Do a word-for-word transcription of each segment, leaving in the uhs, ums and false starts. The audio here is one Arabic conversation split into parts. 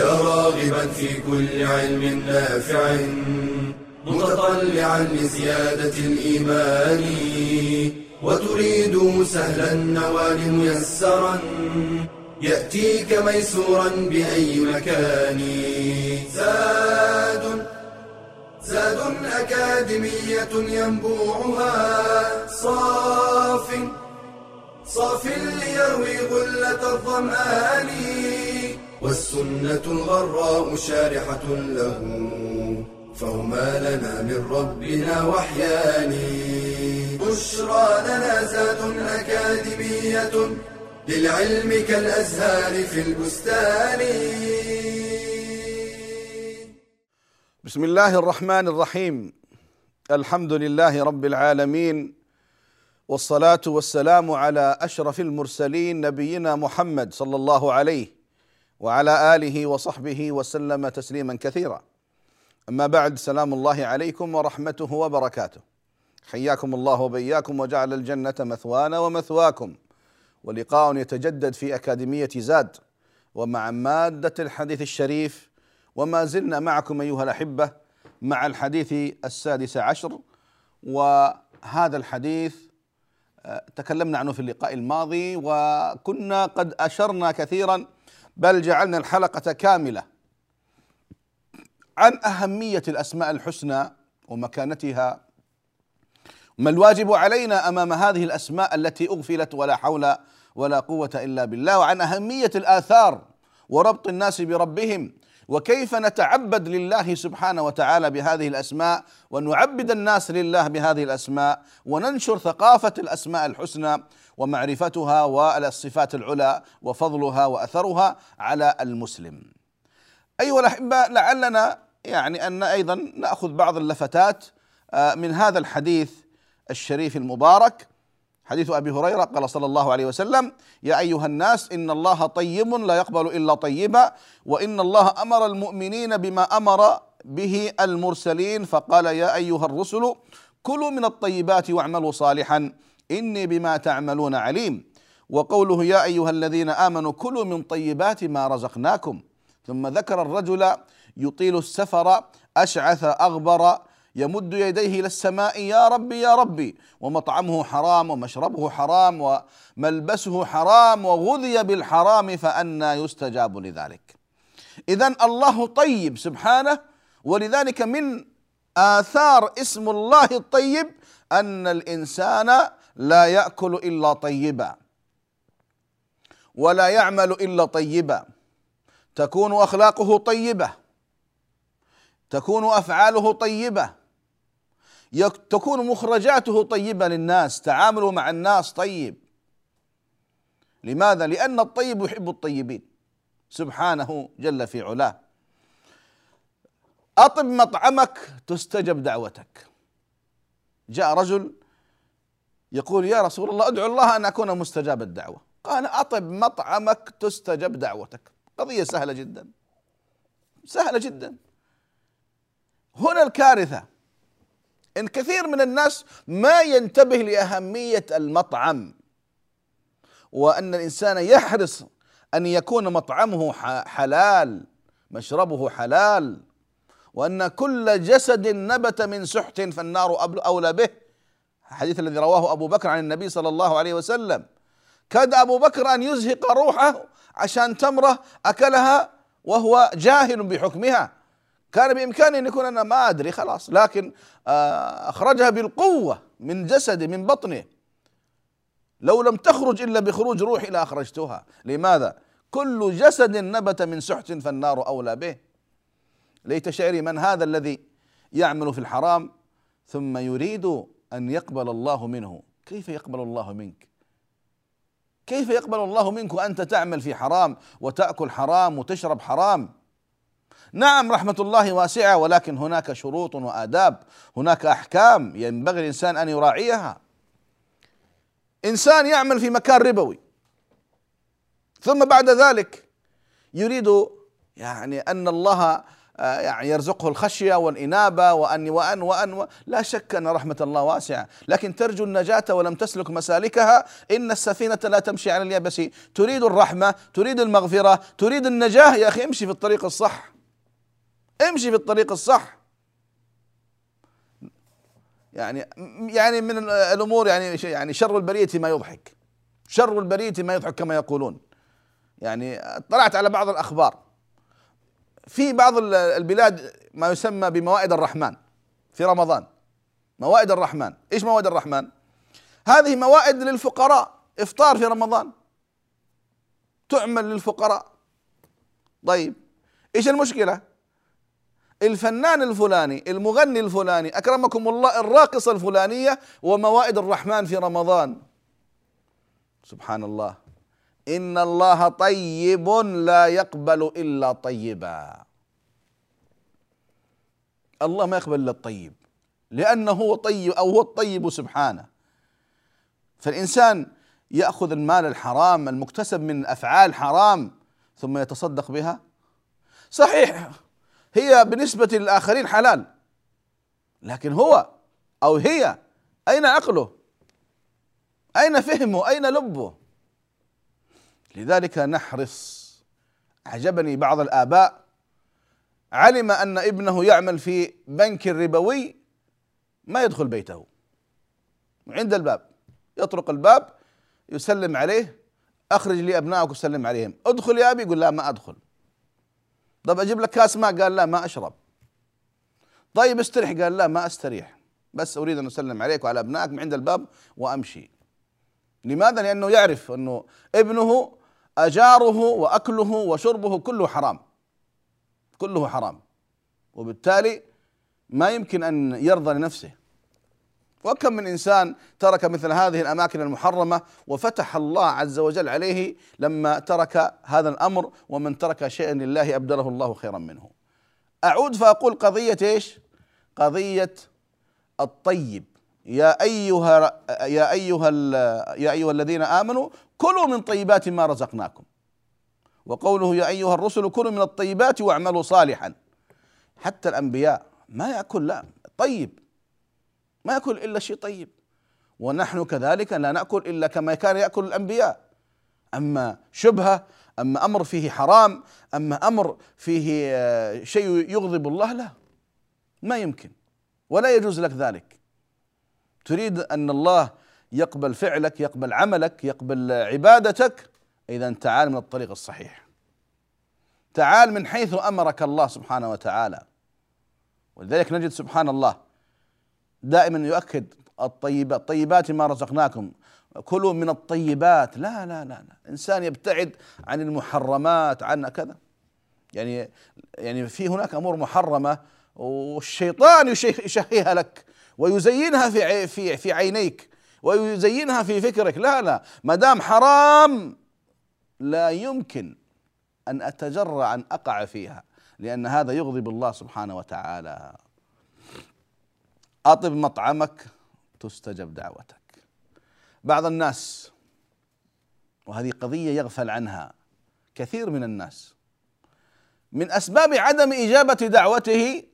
يا راغبا في كل علم نافع متطلعا لزيادة الإيمان وتريد سهلا النوال ميسرا يأتيك ميسورا بأي مكان. زاد زاد أكاديمية ينبوعها صاف صاف ليروي غلة الظمآن والسنة الغراء شارحة له فهما لنا من ربنا وحيان. بشرى لنا زاد أكاديمية للعلم كالأزهار في البستان. بسم الله الرحمن الرحيم. الحمد لله رب العالمين، والصلاة والسلام على أشرف المرسلين نبينا محمد صلى الله عليه وعلى آله وصحبه وسلم تسليما كثيرا. أما بعد، سلام الله عليكم ورحمته وبركاته. حياكم الله وبياكم وجعل الجنة مثوانا ومثواكم، ولقاء يتجدد في أكاديمية زاد ومع مادة الحديث الشريف، وما زلنا معكم أيها الأحبة مع الحديث السادس عشر. وهذا الحديث تكلمنا عنه في اللقاء الماضي، وكنا قد أشرنا كثيرا بل جعلنا الحلقة كاملة عن أهمية الأسماء الحسنى ومكانتها، ما الواجب علينا أمام هذه الأسماء التي أغفلت ولا حول ولا قوة إلا بالله، وعن أهمية الآثار وربط الناس بربهم، وكيف نتعبد لله سبحانه وتعالى بهذه الأسماء، ونعبد الناس لله بهذه الأسماء، وننشر ثقافة الأسماء الحسنى ومعرفتها والصفات العلى وفضلها وأثرها على المسلم. أيها الأحبة، لعلنا يعني أن أيضا نأخذ بعض اللفتات من هذا الحديث الشريف المبارك، حديث أبي هريرة قال صلى الله عليه وسلم: يا أيها الناس إن الله طيب لا يقبل إلا طيبا، وإن الله أمر المؤمنين بما أمر به المرسلين، فقال: يا أيها الرسل كلوا من الطيبات واعملوا صالحا إني بما تعملون عليم. وقوله: يا أيها الذين آمنوا كلوا من طيبات ما رزقناكم. ثم ذكر الرجل يطيل السفر أشعث أغبر يمد يديه إلى السماء: يا ربي يا ربي، ومطعمه حرام ومشربه حرام وملبسه حرام وغذي بالحرام فأنى يستجاب لذلك. إذن الله طيب سبحانه، ولذلك من آثار اسم الله الطيب أن الإنسان لا يأكل إلا طيبا ولا يعمل إلا طيبا، تكون أخلاقه طيبة، تكون أفعاله طيبة، تكون مخرجاته طيبة للناس، تعامله مع الناس طيب. لماذا؟ لأن الطيب يحب الطيبين سبحانه جل في علاه. أطب مطعمك تستجب دعوتك. جاء رجل يقول: يا رسول الله ادعو الله أن أكون مستجاب الدعوة. قال: أطب مطعمك تستجب دعوتك. قضية سهلة جدا، سهلة جدا. هنا الكارثة إن كثير من الناس ما ينتبه لأهمية المطعم، وأن الإنسان يحرص أن يكون مطعمه حلال، مشربه حلال، وأن كل جسد نبت من سحت فالنار أولى به. الحديث الذي رواه أبو بكر عن النبي صلى الله عليه وسلم: كاد أبو بكر أن يزهق روحه عشان تمرة أكلها وهو جاهل بحكمها، كان بإمكانه أن يكون أنا ما أدري خلاص، لكن أخرجها بالقوة من جسده من بطنه، لو لم تخرج إلا بخروج روحي لأخرجتها. لماذا؟ كل جسد نبت من سحت فالنار أولى به. ليت شعري من هذا الذي يعمل في الحرام ثم يريد أن يقبل الله منه. كيف يقبل الله منك؟ كيف يقبل الله منك وأنت تعمل في حرام وتأكل حرام وتشرب حرام؟ نعم رحمة الله واسعة، ولكن هناك شروط وآداب، هناك أحكام ينبغي الإنسان أن يراعيها. إنسان يعمل في مكان ربوي ثم بعد ذلك يريد يعني أن الله يعني يرزقه الخشية والإنابة وأن وأن وأن و... لا شك أن رحمة الله واسعة، لكن ترجو النجاة ولم تسلك مسالكها. إن السفينة لا تمشي على اليابس. تريد الرحمة، تريد المغفرة، تريد النجاة، يا أخي امشي في الطريق الصح، امشي في الطريق الصح. يعني يعني من الأمور يعني يعني شر البرية ما يضحك، شر البرية ما يضحك كما يقولون. يعني اطلعت على بعض الأخبار في بعض البلاد ما يسمى بموائد الرحمن في رمضان. موائد الرحمن، ايش موائد الرحمن؟ هذه موائد للفقراء، افطار في رمضان تعمل للفقراء. طيب ايش المشكلة؟ الفنان الفلاني، المغني الفلاني، اكرمكم الله، الراقصة الفلانية، وموائد الرحمن في رمضان. سبحان الله، إن الله طيب لا يقبل إلا طيبا. الله ما يقبل إلا الطيب، لأنه هو طيب أو هو الطيب سبحانه. فالإنسان يأخذ المال الحرام المكتسب من أفعال حرام ثم يتصدق بها. صحيح هي بالنسبة للآخرين حلال، لكن هو أو هي أين عقله؟ أين فهمه؟ أين لبه؟ لذلك نحرص. أعجبني بعض الآباء علم أن ابنه يعمل في بنك ربوي ما يدخل بيته، عند الباب يطرق الباب يسلم عليه، أخرج لي أبنائك وسلم عليهم، ادخل يا أبي، يقول لا ما أدخل. طب أجيب لك كاس ماء، قال لا ما أشرب. طيب استريح، قال لا ما أستريح، بس أريد أن أسلم عليك وعلى أبنائك من عند الباب وأمشي. لماذا؟ لأنه يعرف أنه ابنه أجاره وأكله وشربه كله حرام، كله حرام، وبالتالي ما يمكن أن يرضى لنفسه. وكم من إنسان ترك مثل هذه الأماكن المحرمة وفتح الله عز وجل عليه لما ترك هذا الأمر، ومن ترك شيئا لله أبدله الله خيرا منه. أعود فأقول قضية إيش؟ قضية الطيب. يا أيها يا أيها يا أيها الذين آمنوا كلوا من طيبات ما رزقناكم، وقوله يا أيها الرسل كلوا من الطيبات واعملوا صالحا. حتى الأنبياء ما يأكل لا طيب، ما يأكل إلا شيء طيب، ونحن كذلك لا نأكل إلا كما كان يأكل الأنبياء. أما شبهة، أما أمر فيه حرام، أما أمر فيه شيء يغضب الله، لا، ما يمكن ولا يجوز لك ذلك. تريد أن الله يقبل فعلك، يقبل عملك، يقبل عبادتك، إذا تعال من الطريق الصحيح، تعال من حيث أمرك الله سبحانه وتعالى. ولذلك نجد سبحان الله دائما يؤكد الطيبات، الطيبات ما رزقناكم، كلوا من الطيبات. لا لا لا لا، إنسان يبتعد عن المحرمات، عن كذا. يعني يعني في هناك أمور محرمة والشيطان يشهيها لك ويزينها في في في عينيك ويزينها في فكرك. لا لا، ما دام حرام لا يمكن أن أتجرأ أن أقع فيها، لأن هذا يغضب الله سبحانه وتعالى. أطب مطعمك تستجب دعوتك. بعض الناس، وهذه قضية يغفل عنها كثير من الناس، من أسباب عدم إجابة دعوته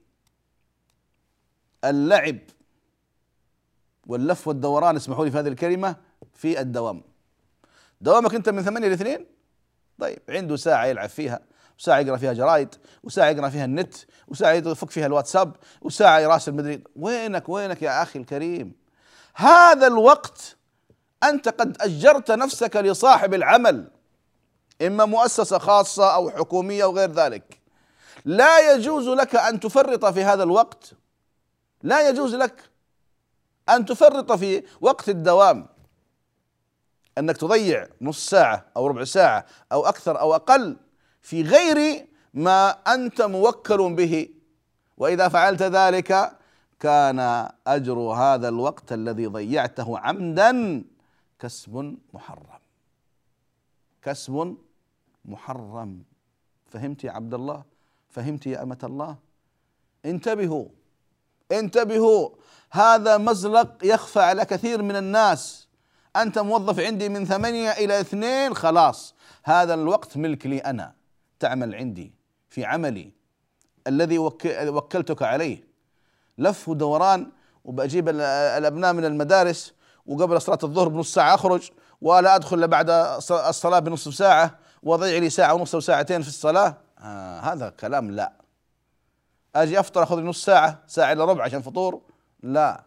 اللعب واللف والدوران، اسمحوا لي في هذه الكلمة، في الدوام. دوامك أنت من ثمانية لاثنين، طيب عنده ساعة يلعب فيها، وساعة يقرأ فيها جرايد، وساعة يقرأ فيها النت، وساعة يفك فيها الواتساب، وساعة يراسل مدري. وينك وينك يا أخي الكريم؟ هذا الوقت أنت قد أجرت نفسك لصاحب العمل، إما مؤسسة خاصة أو حكومية أو غير ذلك. لا يجوز لك أن تفرط في هذا الوقت، لا يجوز لك أن تفرط في وقت الدوام، أنك تضيع نص ساعة أو ربع ساعة أو أكثر أو أقل في غير ما أنت موكل به. وإذا فعلت ذلك كان أجر هذا الوقت الذي ضيعته عمدا كسب محرم، كسب محرم. فهمت يا عبد الله؟ فهمت يا أمة الله؟ انتبهوا انتبهوا، هذا مزلق يخفى على كثير من الناس. أنت موظف عندي من ثمانية إلى اثنين، خلاص هذا الوقت ملك لي أنا، تعمل عندي في عملي، الذي وكلتك عليه، لف ودوران، وبأجيب الأبناء من المدارس وقبل صلاة الظهر بنص ساعة أخرج، ولا أدخل بعد الصلاة بنصف ساعة، وضيع لي ساعة ونص وساعتين في الصلاة. آه هذا كلام لا. أجي أفطر أخذ لي نص ساعة، ساعة إلا ربع عشان فطور، لا.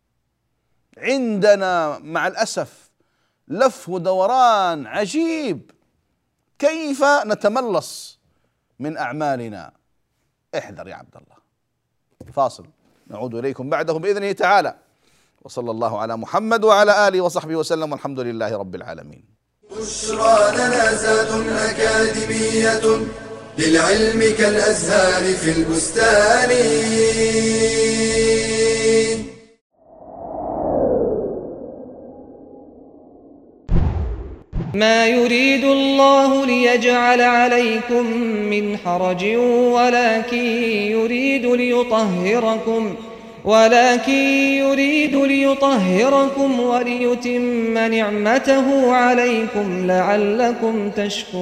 عندنا مع الأسف لف ودوران عجيب، كيف نتملص من أعمالنا؟ احذر يا عبد الله. فاصل، نعود إليكم بعده بإذنه تعالى، وصلى الله على محمد وعلى آله وصحبه وسلم، والحمد لله رب العالمين. بشرى لنا زاد أكاديمية للعلم كالأزهار في البستان. ما يريد الله ليجعل عليكم من حرج ولكن يريد ليطهركم ولكن يريد ليطهركم وليتم نعمته عليكم لعلكم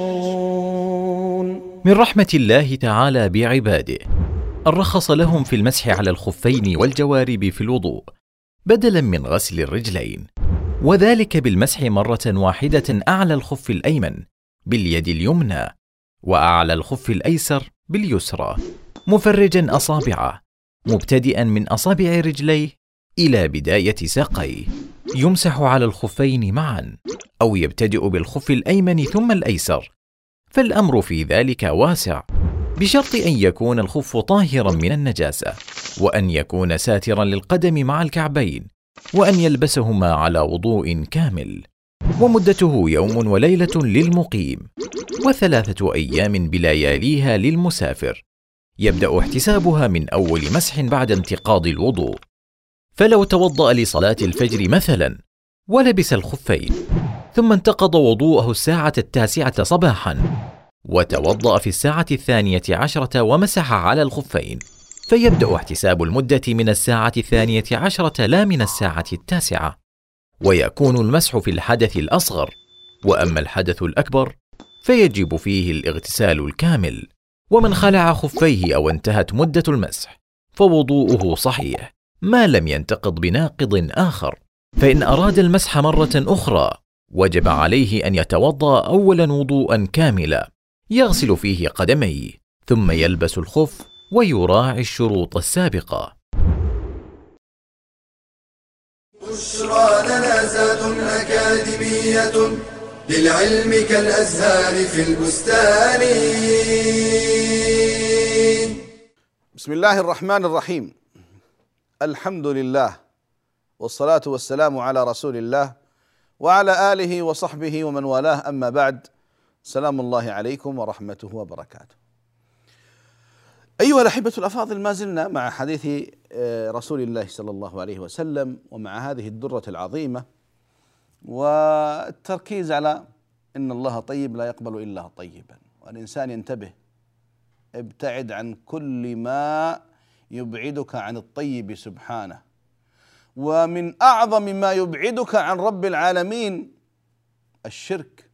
تشكرون. من رحمة الله تعالى بعباده أن رخص لهم في المسح على الخفين والجوارب في الوضوء بدلا من غسل الرجلين، وذلك بالمسح مرة واحدة أعلى الخف الأيمن باليد اليمنى وأعلى الخف الأيسر باليسرى، مفرجا أصابعه مبتدئا من أصابع رجليه إلى بداية ساقيه. يمسح على الخفين معا أو يبتدئ بالخف الأيمن ثم الأيسر، فالأمر في ذلك واسع، بشرط أن يكون الخف طاهرا من النجاسة، وأن يكون ساترا للقدم مع الكعبين، وأن يلبسهما على وضوء كامل. ومدته يوم وليلة للمقيم، وثلاثة أيام بلياليها للمسافر، يبدأ احتسابها من أول مسح بعد انتقاض الوضوء. فلو توضأ لصلاة الفجر مثلا ولبس الخفين ثم انتقض وضوءه الساعة التاسعة صباحا وتوضأ في الساعة الثانية عشرة ومسح على الخفين، فيبدأ احتساب المدة من الساعة الثانية عشرة لا من الساعة التاسعة، ويكون المسح في الحدث الأصغر. وأما الحدث الأكبر فيجب فيه الاغتسال الكامل. ومن خلع خفيه أو انتهت مدة المسح فوضوءه صحيح ما لم ينتقض بناقض آخر. فإن أراد المسح مرة أخرى وجب عليه أن يتوضأ أولا وضوءا كاملا يغسل فيه قدميه، ثم يلبس الخف ويراعي الشروط السابقة. بشرى لنا زاد أكاديمية للعلم كالأزهار في البستان. بسم الله الرحمن الرحيم، الحمد لله والصلاة والسلام على رسول الله وعلى آله وصحبه ومن والاه، أما بعد، سلام الله عليكم ورحمته وبركاته. أيها الأحبة الأفاضل، ما زلنا مع حديث رسول الله صلى الله عليه وسلم ومع هذه الدرة العظيمة، والتركيز على إن الله طيب لا يقبل إلا طيبا، والإنسان ينتبه، ابتعد عن كل ما يبعدك عن الطيب سبحانه. ومن أعظم ما يبعدك عن رب العالمين الشرك،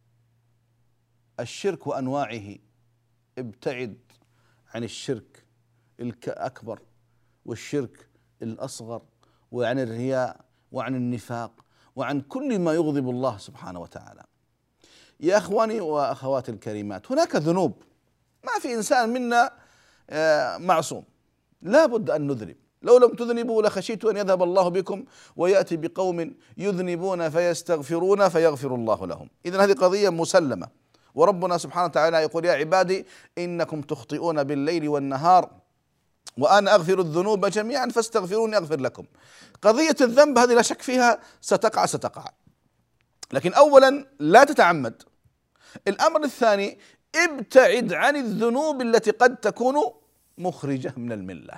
الشرك وأنواعه. ابتعد عن الشرك الأكبر والشرك الأصغر، وعن الرياء وعن النفاق وعن كل ما يغضب الله سبحانه وتعالى. يا أخواني وأخواتي الكريمات، هناك ذنوب ما في إنسان منا معصوم، لا بد أن نذنب. لو لم تذنبوا لخشيت أن يذهب الله بكم ويأتي بقوم يذنبون فيستغفرون فيغفر الله لهم. إذن هذه قضية مسلمة، وربنا سبحانه وتعالى يقول: يا عبادي إنكم تخطئون بالليل والنهار وأنا أغفر الذنوب جميعا فاستغفروني أغفر لكم. قضية الذنب هذه لا شك فيها ستقع ستقع، لكن أولا لا تتعمد. الأمر الثاني، ابتعد عن الذنوب التي قد تكون مخرجة من الملة.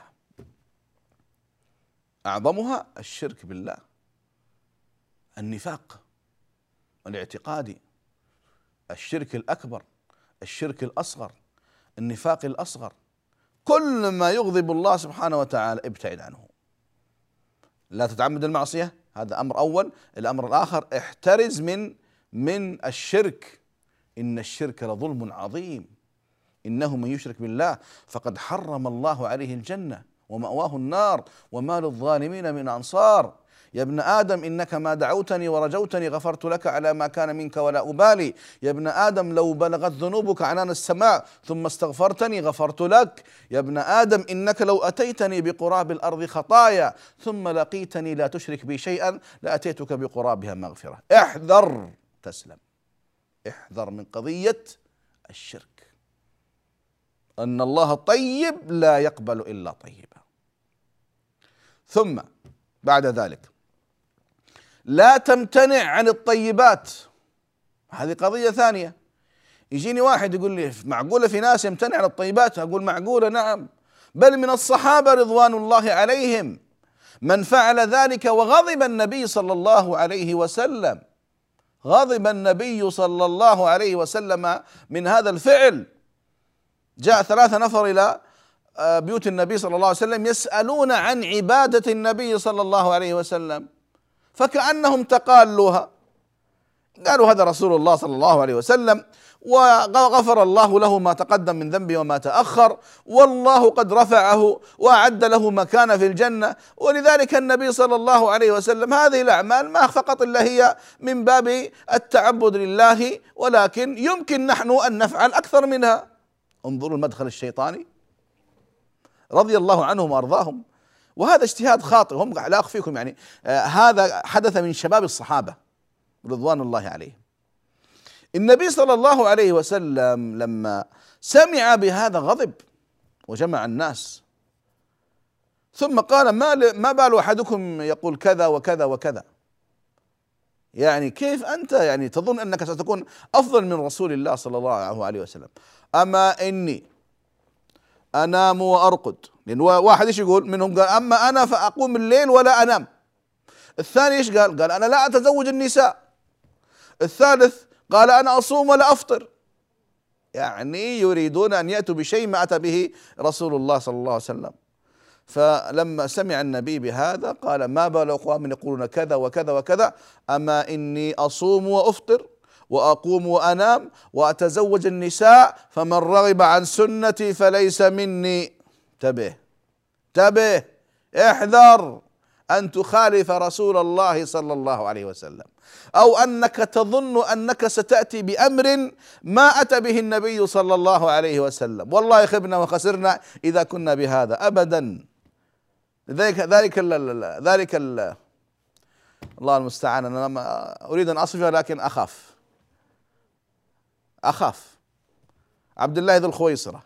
أعظمها الشرك بالله، النفاق الاعتقادي، الشرك الأكبر، الشرك الأصغر، النفاق الأصغر، كل ما يغضب الله سبحانه وتعالى ابتعد عنه. لا تتعمد المعصية، هذا أمر أول. الأمر الآخر، احترز من من الشرك، إن الشرك لظلم عظيم، إنه من يشرك بالله فقد حرم الله عليه الجنة ومأواه النار وما للظالمين من أنصار. يا ابن آدم إنك ما دعوتني ورجوتني غفرت لك على ما كان منك ولا أبالي. يا ابن آدم لو بلغت ذنوبك عنان السماء ثم استغفرتني غفرت لك. يا ابن آدم إنك لو أتيتني بقراب الأرض خطايا ثم لقيتني لا تشرك بي شيئا لأتيتك بقرابها مغفرة. احذر تسلم، احذر من قضية الشرك، أن الله طيب لا يقبل إلا طيبا. ثم بعد ذلك لا تمتنع عن الطيبات، هذه قضية ثانية. يجيني واحد يقول لي معقولة في ناس يمتنع عن الطيبات؟ أقول معقولة، نعم، بل من الصحابة رضوان الله عليهم من فعل ذلك وغضب النبي صلى الله عليه وسلم، غضب النبي صلى الله عليه وسلم من هذا الفعل. جاء ثلاثة نفر إلى بيوت النبي صلى الله عليه وسلم يسألون عن عبادة النبي صلى الله عليه وسلم، فكأنهم تقالوها، قالوا هذا رسول الله صلى الله عليه وسلم وغفر الله له ما تقدم من ذنبه وما تأخر، والله قد رفعه وأعد له مكانة في الجنة، ولذلك النبي صلى الله عليه وسلم هذه الأعمال ما فقط إلا هي من باب التعبد لله، ولكن يمكن نحن أن نفعل أكثر منها. انظروا المدخل الشيطاني، رضي الله عنهم وأرضاهم. وهذا اجتهاد خاطئ، هم لا أخفيكم يعني آه هذا حدث من شباب الصحابة رضوان الله عليهم. النبي صلى الله عليه وسلم لما سمع بهذا غضب وجمع الناس، ثم قال ما ما بال أحدكم يقول كذا وكذا وكذا، يعني كيف أنت يعني تظن أنك ستكون أفضل من رسول الله صلى الله عليه وسلم؟ أما إني أنام وأرقد، لأن واحد إيش يقول منهم؟ قال أما أنا فأقوم الليل ولا أنام. الثاني إيش قال؟ قال أنا لا أتزوج النساء. الثالث قال أنا أصوم ولا أفطر. يعني يريدون أن يأتوا بشيء ما أتى به رسول الله صلى الله عليه وسلم. فلما سمع النبي بهذا قال ما بال أقوام يقولون كذا وكذا وكذا، أما إني أصوم وأفطر وأقوم وأنام وأتزوج النساء، فمن رغب عن سنتي فليس مني. انتبه انتبه، احذر أن تخالف رسول الله صلى الله عليه وسلم، أو أنك تظن أنك ستأتي بأمر ما أتى به النبي صلى الله عليه وسلم. والله خبنا وخسرنا إذا كنا بهذا أبدا. ذلك ذلك ال ذلك ال الله المستعان. أنا ما أريد أن أصفه لكن أخاف أخاف عبد الله ذو الخويصرة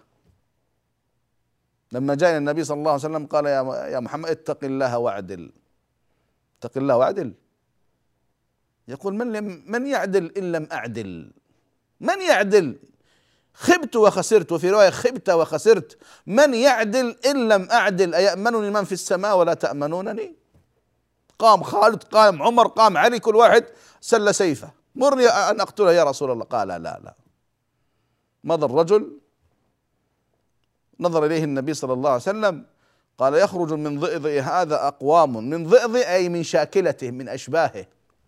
لما جاء النبي صلى الله عليه وسلم قال يا يا محمد اتق الله واعدل. اتق الله واعدل، يقول من لم من يعدل إن لم أعدل؟ من يعدل؟ خبت وخسرت، وفي رواية خبت وخسرت. من يعدل إن لم أعدل؟ أيأمنني من في السماء ولا تأمنونني؟ قام خالد، قام عمر، قام علي، كل واحد سل سيفه، مرني أن أقتله يا رسول الله. قال لا لا. مضى الرجل، نظر إليه النبي صلى الله عليه وسلم قال يخرج من ضئضئ هذا أقوام، من ضئضئ أي من شاكلته من أشباهه.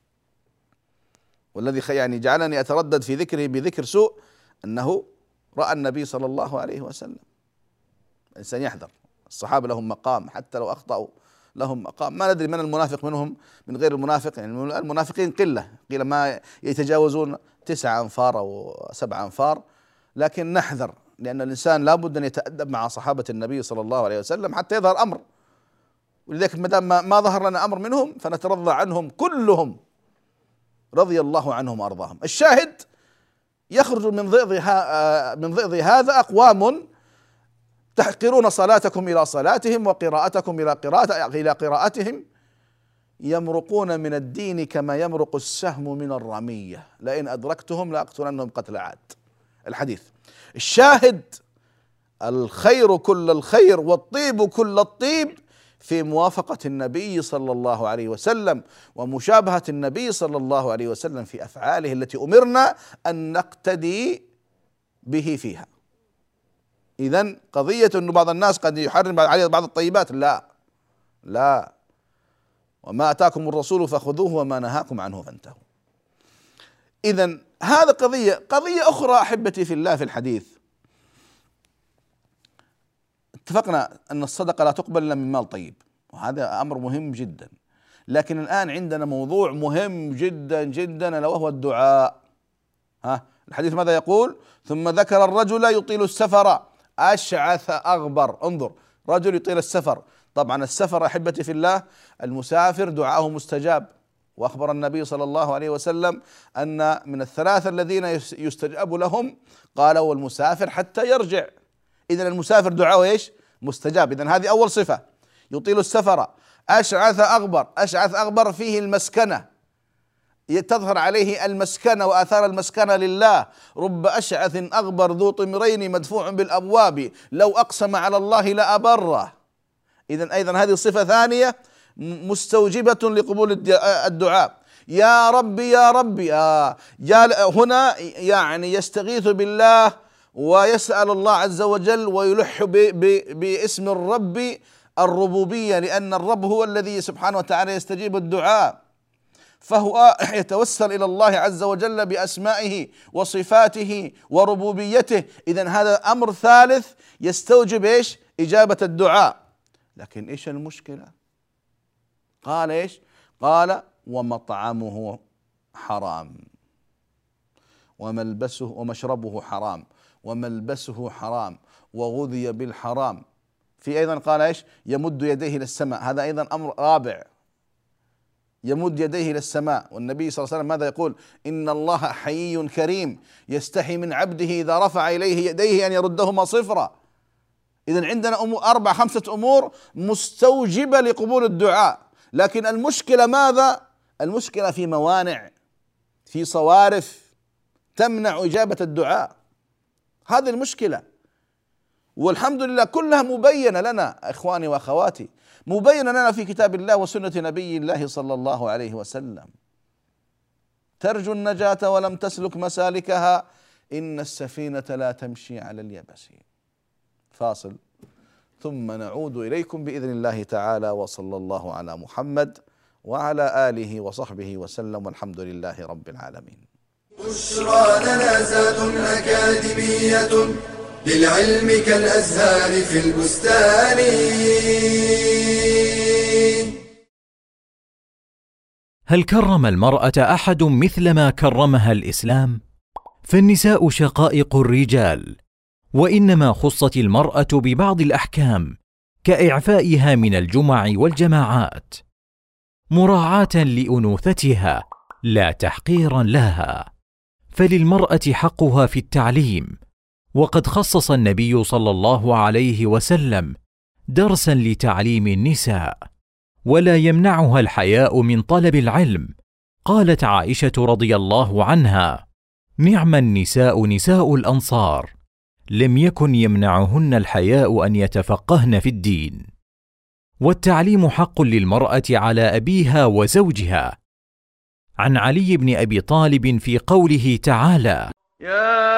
والذي يعني جعلني أتردد في ذكره بذكر سوء أنه رأى النبي صلى الله عليه وسلم. الإنسان يحذر، الصحابة لهم مقام، حتى لو أخطأوا لهم مقام. ما ندري من المنافق منهم من غير المنافق، يعني المنافقين قلة، قيل ما يتجاوزون تسعة أنفار أو سبعة أنفار، لكن نحذر، لأن الإنسان لابد أن يتأدب مع صحابة النبي صلى الله عليه وسلم حتى يظهر أمر. ولذلك ما دام ما ظهر لنا أمر منهم فنترضى عنهم كلهم رضي الله عنهم وأرضاهم. الشاهد يخرج من ضئض من ضئض هذا أقوام تحقرون صلاتكم إلى صلاتهم وقراءتكم إلى قراءة إلى قراءتهم، يمرقون من الدين كما يمرق السهم من الرمية، لئن أدركتهم لأقتلنهم قتل عاد. الحديث الشاهد الخير كل الخير والطيب كل الطيب في موافقة النبي صلى الله عليه وسلم ومشابهة النبي صلى الله عليه وسلم في أفعاله التي أمرنا أن نقتدي به فيها. إذن قضية أن بعض الناس قد يحرم عليه بعض الطيبات، لا لا، وما أتاكم الرسول فخذوه وما نهاكم عنه فانتهوا. إذن هذا قضية. قضية أخرى أحبتي في الله في الحديث، اتفقنا أن الصدقة لا تقبل إلا من مال طيب، وهذا أمر مهم جدا. لكن الآن عندنا موضوع مهم جدا جدا ألا وهو الدعاء. ها الحديث ماذا يقول؟ ثم ذكر الرجل يطيل السفر أشعث أغبر. انظر، رجل يطيل السفر. طبعا السفر أحبتي في الله، المسافر دعاءه مستجاب، وأخبر النبي صلى الله عليه وسلم أن من الثلاثة الذين يستجاب لهم قال والمسافر حتى يرجع. إذن المسافر دعاءه إيش؟ مستجاب. إذن هذه أول صفة، يطيل السفر. أشعث أغبر، أشعث أغبر فيه المسكنة، تظهر عليه المسكنة وآثار المسكنة لله. رب أشعث أغبر ذو طمرين مدفوع بالأبواب لو أقسم على الله لأبره. إذن أيضا هذه صفة ثانية مستوجبة لقبول الدعاء. يا ربي يا ربي، آه يا هنا يعني يستغيث بالله ويسأل الله عز وجل ويلح باسم الرب الربوبية، لأن الرب هو الذي سبحانه وتعالى يستجيب الدعاء، فهو يتوسل إلى الله عز وجل بأسمائه وصفاته وربوبيته. إذن هذا أمر ثالث يستوجب إيش؟ إجابة الدعاء. لكن إيش المشكلة؟ قال إيش؟ قال ومطعمه حرام وملبسه ومشربه حرام وملبسه حرام وغذي بالحرام. في أيضا قال إيش؟ يمد يديه إلى السماء. هذا أيضا أمر رابع، يمد يديه إلى السماء. والنبي صلى الله عليه وسلم ماذا يقول؟ إن الله حيي كريم يستحي من عبده إذا رفع إليه يديه أن يردهما صفرا. إذن عندنا أمور أربع خمسة أمور مستوجبة لقبول الدعاء. لكن المشكلة ماذا؟ المشكلة في موانع، في صوارف تمنع إجابة الدعاء. هذه المشكلة، والحمد لله كلها مبينة لنا إخواني وأخواتي، مبينة لنا في كتاب الله وسنة نبي الله صلى الله عليه وسلم. ترجو النجاة ولم تسلك مسالكها، إن السفينة لا تمشي على اليبس. فاصل ثم نعود إليكم بإذن الله تعالى، وصلى الله على محمد وعلى آله وصحبه وسلم، والحمد لله رب العالمين. بشرى لنا زاد أكاديمية للعلم كالأزهار في البستان. هل كرم المرأة أحد مثلما كرمها الإسلام؟ فالنساء شقائق الرجال، وإنما خصت المرأة ببعض الأحكام كإعفائها من الجمع والجماعات مراعاة لأنوثتها لا تحقيرا لها. فللمرأة حقها في التعليم، وقد خصص النبي صلى الله عليه وسلم درسا لتعليم النساء، ولا يمنعها الحياء من طلب العلم. قالت عائشة رضي الله عنها: نعم النساء نساء الأنصار، لم يكن يمنعهن الحياء أن يتفقهن في الدين. والتعليم حق للمرأة على أبيها وزوجها. عن علي بن أبي طالب في قوله تعالى: يا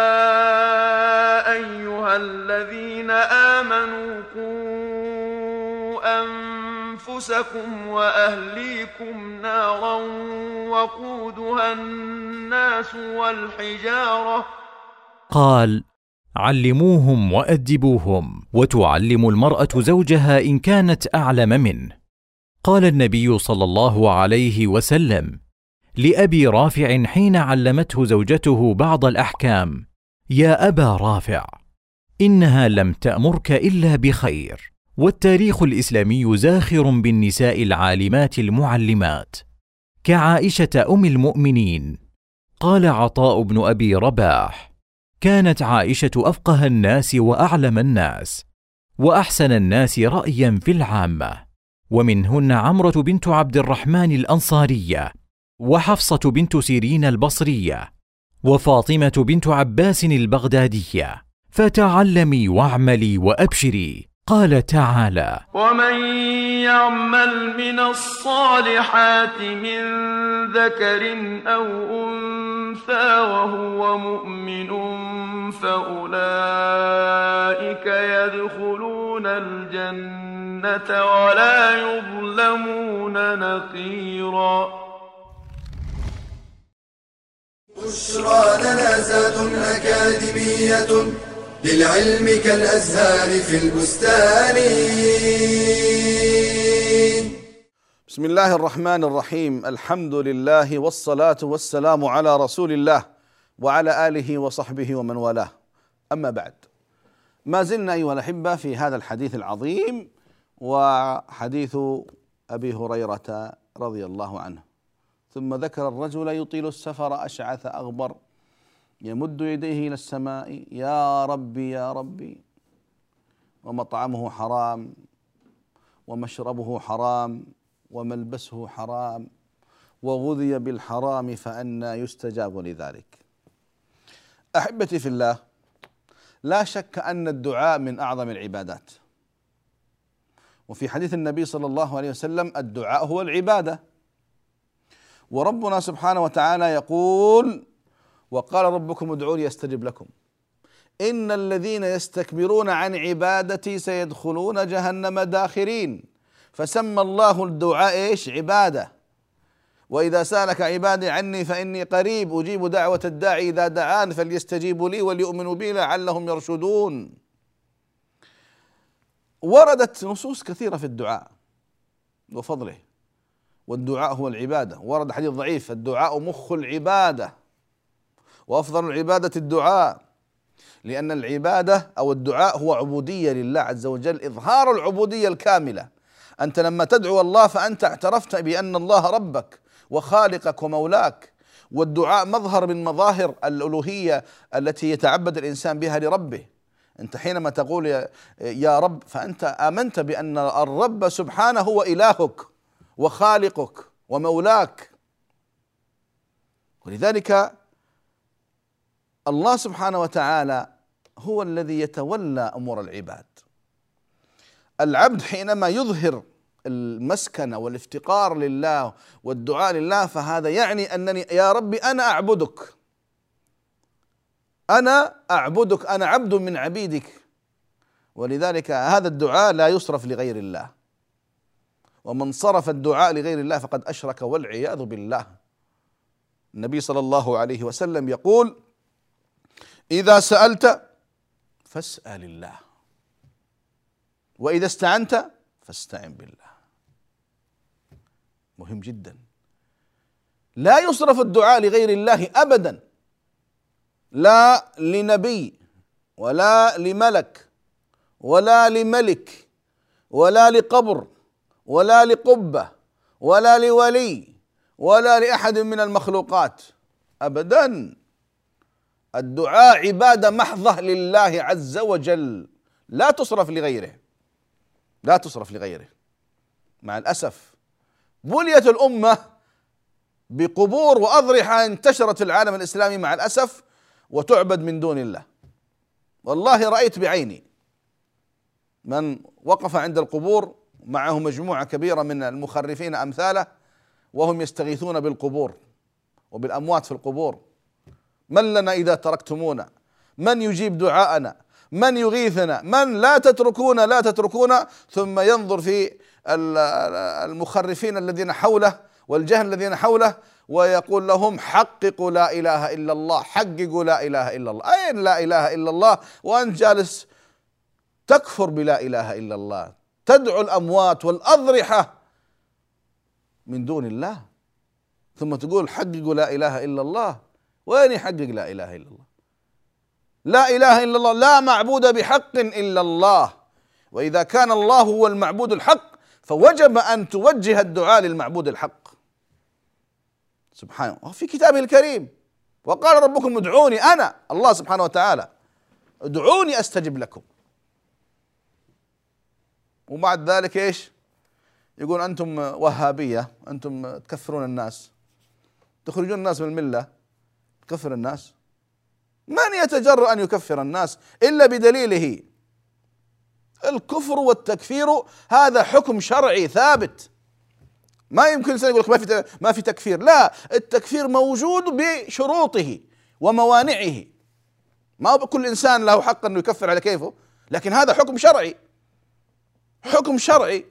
أيها الذين آمنوا قوا أنفسكم وأهليكم نارا وقودها الناس والحجارة. قال: علموهم وأدبوهم. وتعلم المرأة زوجها إن كانت أعلم منه. قال النبي صلى الله عليه وسلم لأبي رافع حين علمته زوجته بعض الأحكام: يا أبا رافع، إنها لم تأمرك إلا بخير. والتاريخ الإسلامي زاخر بالنساء العالمات المعلمات كعائشة أم المؤمنين. قال عطاء بن أبي رباح: كانت عائشة أفقه الناس وأعلم الناس وأحسن الناس رأيا في العامة، ومنهن عمرة بنت عبد الرحمن الأنصارية، وحفصة بنت سيرين البصرية، وفاطمة بنت عباس البغدادية. فتعلمي واعملي وأبشري. قال تعالى: ومن يعمل من الصالحات من ذكر أو أنثى وهو مؤمن فأولئك يدخلون الجنة ولا يظلمون نقيرا. بشرى لنا زاد أكاديمية للعلم كالأزهار في البستان. بسم الله الرحمن الرحيم. الحمد لله والصلاة والسلام على رسول الله وعلى آله وصحبه ومن والاه. أما بعد، ما زلنا أيها الأحبة في هذا الحديث العظيم، وحديث أبي هريرة رضي الله عنه. ثم ذكر الرجل يطيل السفر أشعث أغبر يمد يديه إلى السماء يا ربي يا ربي، ومطعمه حرام ومشربه حرام وملبسه حرام وغذي بالحرام فأنى يستجاب لذلك. أحبتي في الله، لا شك أن الدعاء من أعظم العبادات، وفي حديث النبي صلى الله عليه وسلم الدعاء هو العبادة، وربنا سبحانه وتعالى يقول: وقال ربكم ادعوني استجب لكم إن الذين يستكبرون عن عبادتي سيدخلون جهنم داخرين. فسمى الله الدعاء ايش؟ عبادة. وإذا سألك عبادي عني فإني قريب أجيب دعوة الداعي إذا دعان فليستجيبوا لي وليؤمنوا بي لعلهم يرشدون. وردت نصوص كثيرة في الدعاء وفضله، والدعاء هو العبادة. ورد حديث ضعيف: الدعاء مخ العبادة، وأفضل العبادة الدعاء، لأن العبادة أو الدعاء هو عبودية لله عز وجل، إظهار العبودية الكاملة. أنت لما تدعو الله فأنت اعترفت بأن الله ربك وخالقك ومولاك، والدعاء مظهر من مظاهر الألوهية التي يتعبد الإنسان بها لربه. أنت حينما تقول يا رب فأنت آمنت بأن الرب سبحانه هو إلهك وخالقك ومولاك. ولذلك الله سبحانه وتعالى هو الذي يتولى أمور العباد. العبد حينما يظهر المسكنة والافتقار لله والدعاء لله فهذا يعني أنني يا ربي أنا أعبدك، أنا أعبدك، أنا عبد من عبيدك. ولذلك هذا الدعاء لا يصرف لغير الله، ومن صرف الدعاء لغير الله فقد أشرك والعياذ بالله. النبي صلى الله عليه وسلم يقول: إذا سألت فاسأل الله، وإذا استعنت فاستعن بالله. مهم جدا، لا يصرف الدعاء لغير الله أبدا، لا لنبي ولا لملك ولا لملك ولا لقبر ولا لقبة ولا لولي ولا لأحد من المخلوقات أبدا. الدعاء عبادة محضة لله عز وجل، لا تصرف لغيره، لا تصرف لغيره. مع الأسف بليت الأمة بقبور وأضرحة انتشرت في العالم الإسلامي مع الأسف، وتعبد من دون الله. والله رأيت بعيني من وقف عند القبور معه مجموعة كبيرة من المخرفين أمثاله، وهم يستغيثون بالقبور وبالأموات في القبور: من لنا إذا تركتمونا، من يجيب دعاءنا، من يغيثنا، من لا تتركونا لا تتركونا. ثم ينظر في المخرفين الذين حوله والجهل الذين حوله ويقول لهم: حققوا لا إله إلا الله، حققوا لا إله إلا الله. أين لا إله إلا الله وأنت جالس تكفر بلا إله إلا الله، تدعو الأموات والأضرحة من دون الله، ثم تقول حققوا لا إله إلا الله؟ وين يحقق لا إله إلا الله؟ لا إله إلا الله، لا معبود بحق إلا الله. وإذا كان الله هو المعبود الحق فوجب أن توجه الدعاء للمعبود الحق سبحانه. وفي كتابه الكريم: وقال ربكم ادعوني، أنا الله سبحانه وتعالى، ادعوني أستجب لكم. وبعد ذلك إيش يقول؟ أنتم وهابية، أنتم تكفرون الناس، تخرجون الناس من الملة، تكفر الناس. من يتجرأ أن يكفر الناس إلا بدليله؟ الكفر والتكفير هذا حكم شرعي ثابت، ما يمكن إنسان يقول لك ما في ما في تكفير. لا، التكفير موجود بشروطه وموانعه، ما كل إنسان له حق أنه يكفر على كيفه، لكن هذا حكم شرعي، حكم شرعي،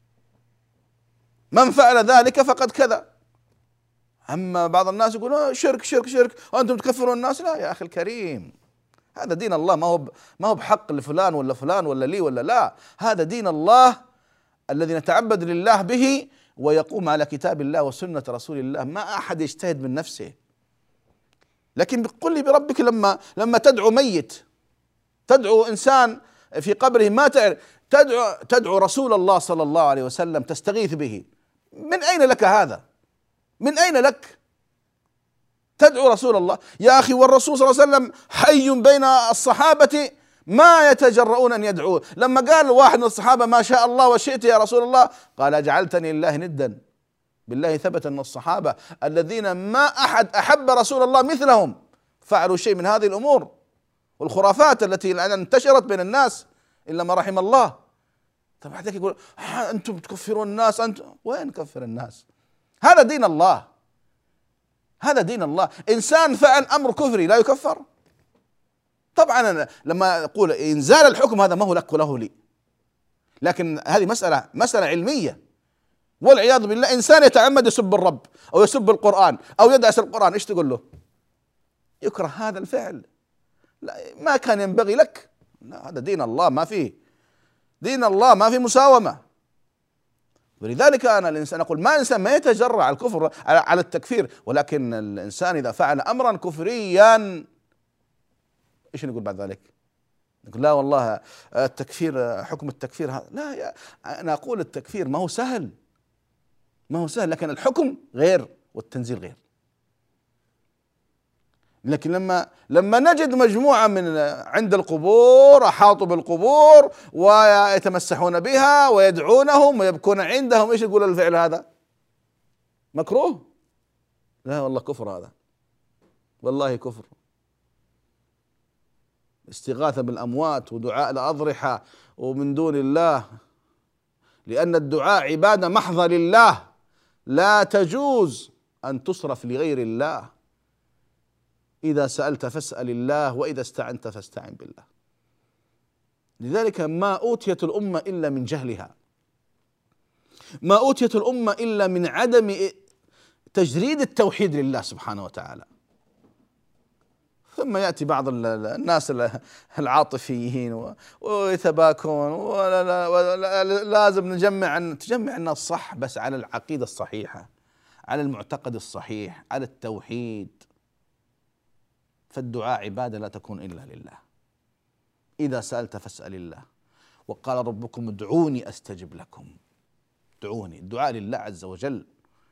من فعل ذلك فقد كذا. أما بعض الناس يقولون شرك شرك شرك وأنتم تكفرون الناس. لا يا أخي الكريم، هذا دين الله، ما هو ما هو بحق لفلان ولا فلان ولا لي ولا لا، هذا دين الله الذي نتعبد لله به ويقوم على كتاب الله وسنة رسول الله، ما أحد يجتهد من نفسه. لكن قل لي بربك، لما لما تدعو ميت، تدعو إنسان في قبره ما تعرف، تدعو تدعو رسول الله صلى الله عليه وسلم، تستغيث به، من أين لك هذا؟ من أين لك؟ تدعو رسول الله يا أخي، والرسول صلى الله عليه وسلم حي بين الصحابة ما يتجرؤون أن يدعوه. لما قال واحد من الصحابة ما شاء الله وشئت يا رسول الله، قال أجعلتني لله ندا. بالله ثبت أن الصحابة الذين ما أحد أحب رسول الله مثلهم فعلوا شيء من هذه الأمور والخرافات التي الآن انتشرت بين الناس إلا ما رحم الله. طب بعدك يقول أنتم تكفرون الناس، أنتم وين كفر الناس؟ هذا دين الله، هذا دين الله. إنسان فعل أمر كفري لا يكفر؟ طبعا أنا لما أقول إنزال الحكم هذا ما هو لك وله لي، لكن هذه مسألة مسألة علمية. والعياذ بالله إنسان يتعمد يسب الرب أو يسب القرآن أو يدعس القرآن، إيش تقول له؟ يكره هذا الفعل، لا ما كان ينبغي لك. لا، هذا دين الله، ما فيه دين الله، ما في مساومة. ولذلك أنا الإنسان أقول ما إنسان ما يتجرأ على الكفر على التكفير، ولكن الإنسان إذا فعل أمرا كفريا إيش نقول بعد ذلك؟ نقول لا والله التكفير حكم التكفير هذا، لا يا أنا أقول التكفير ما هو سهل، ما هو سهل، لكن الحكم غير والتنزيل غير. لكن لما لما نجد مجموعة من عند القبور أحاطوا بالقبور ويتمسحون بها ويدعونهم ويبكون عندهم، ايش يقول الفعل هذا؟ مكروه؟ لا والله كفر، هذا والله كفر. استغاثة بالأموات ودعاء الأضرحة ومن دون الله، لأن الدعاء عبادة محضة لله لا تجوز أن تصرف لغير الله. إذا سألت فاسأل الله وإذا استعنت فاستعن بالله. لذلك ما أوتيت الأمة إلا من جهلها، ما أوتيت الأمة إلا من عدم تجريد التوحيد لله سبحانه وتعالى. ثم يأتي بعض الناس العاطفيين ويتباكون ولازم نجمع تجمع الناس صح، بس على العقيدة الصحيحة، على المعتقد الصحيح، على التوحيد. فالدعاء عبادة لا تكون إلا لله. إذا سألت فاسأل الله، وقال ربكم ادعوني أستجب لكم. ادعوني، الدعاء لله عز وجل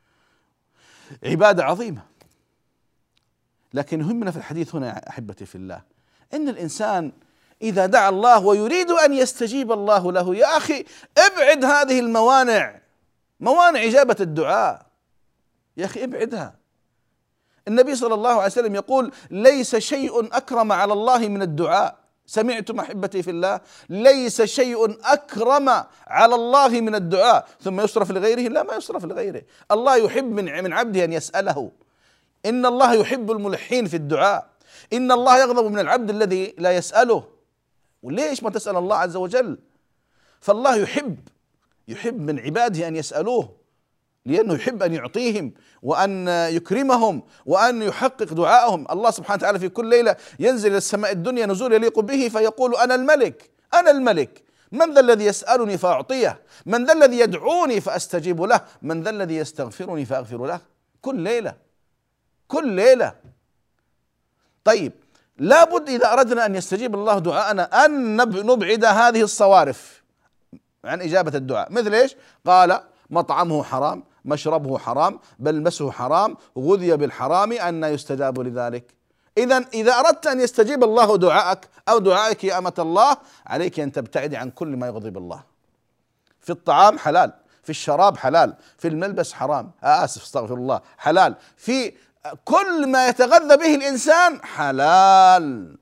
عبادة عظيمة. لكن يهمنا في الحديث هنا يا أحبتي في الله إن الإنسان إذا دعا الله ويريد أن يستجيب الله له، يا أخي ابعد هذه الموانع، موانع إجابة الدعاء، يا أخي ابعدها. النبي صلى الله عليه وسلم يقول ليس شيء أكرم على الله من الدعاء. سمعتم أحبتي في الله؟ ليس شيء أكرم على الله من الدعاء. ثم يصرف لغيره؟ لا، ما يصرف لغيره. الله يحب من من عبده أن يسأله. إن الله يحب الملحين في الدعاء. إن الله يغضب من العبد الذي لا يسأله. وليش ما تسأل الله عز وجل؟ فالله يحب يحب من عباده أن يسألوه، لأنه يحب أن يعطيهم وأن يكرمهم وأن يحقق دعائهم. الله سبحانه وتعالى في كل ليلة ينزل إلى السماء الدنيا نزول يليق به فيقول أنا الملك، أنا الملك، من ذا الذي يسألني فأعطيه، من ذا الذي يدعوني فأستجيب له، من ذا الذي يستغفرني فأغفر له. كل ليلة كل ليلة. طيب لابد إذا أردنا أن يستجيب الله دعاءنا أن نبعد هذه الصوارف عن إجابة الدعاء. مثل إيش؟ قال مطعمه حرام، مشربه حرام، ملبسه حرام، غذي بالحرام، أن يستجاب لذلك. إذن إذا أردت أن يستجيب الله دعائك أو دعائك يا أمة الله، عليك أن تبتعدي عن كل ما يغضب الله. في الطعام حلال، في الشراب حلال، في الملبس حرام، آسف استغفر الله حلال، في كل ما يتغذى به الإنسان حلال.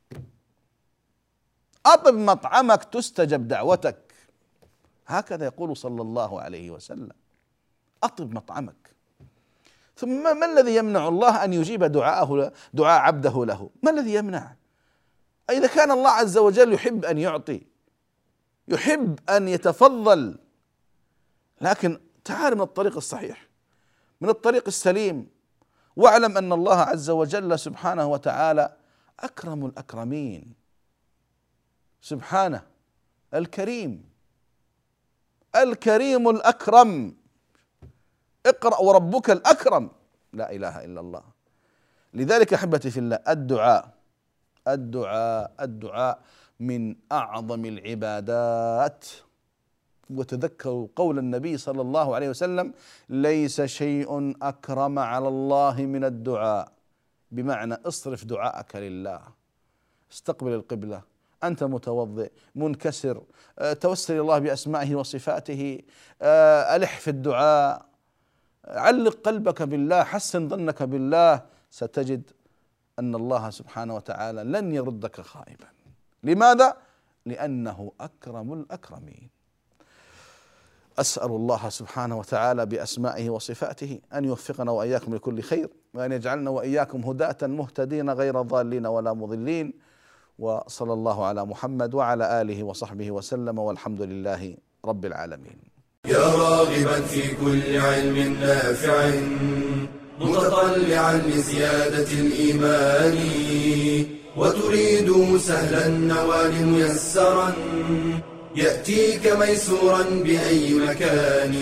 أطب مطعمك تستجب دعوتك، هكذا يقول صلى الله عليه وسلم. أطب مطعمك. ثم ما الذي يمنع الله أن يجيب دعاءه دعاء عبده له؟ ما الذي يمنع؟ إذا كان الله عز وجل يحب أن يعطي، يحب أن يتفضل، لكن تعال من الطريق الصحيح، من الطريق السليم، واعلم أن الله عز وجل سبحانه وتعالى أكرم الأكرمين سبحانه، الكريم الكريم الأكرم. اقرأ وربك الأكرم، لا إله إلا الله. لذلك أحبتي في الله، الدعاء الدعاء الدعاء من أعظم العبادات. وتذكروا قول النبي صلى الله عليه وسلم: ليس شيء أكرم على الله من الدعاء. بمعنى اصرف دعاءك لله، استقبل القبلة، أنت متوضئ منكسر، توسل الله بأسمائه وصفاته، ألح في الدعاء، علق قلبك بالله، حسن ظنك بالله، ستجد أن الله سبحانه وتعالى لن يردك خائبا. لماذا؟ لأنه أكرم الأكرمين. أسأل الله سبحانه وتعالى بأسمائه وصفاته أن يوفقنا وإياكم لكل خير، وأن يجعلنا وإياكم هداة مهتدين غير ضالين ولا مضلين. وصلى الله على محمد وعلى آله وصحبه وسلم، والحمد لله رب العالمين. يا راغبا في كل علم نافع متطلعا لزيادة الإيمان، وتريد سهلا النوال ميسرا يأتيك ميسورا بأي مكان.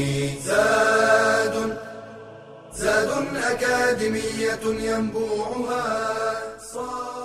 زاد زاد أكاديمية ينبوعها صار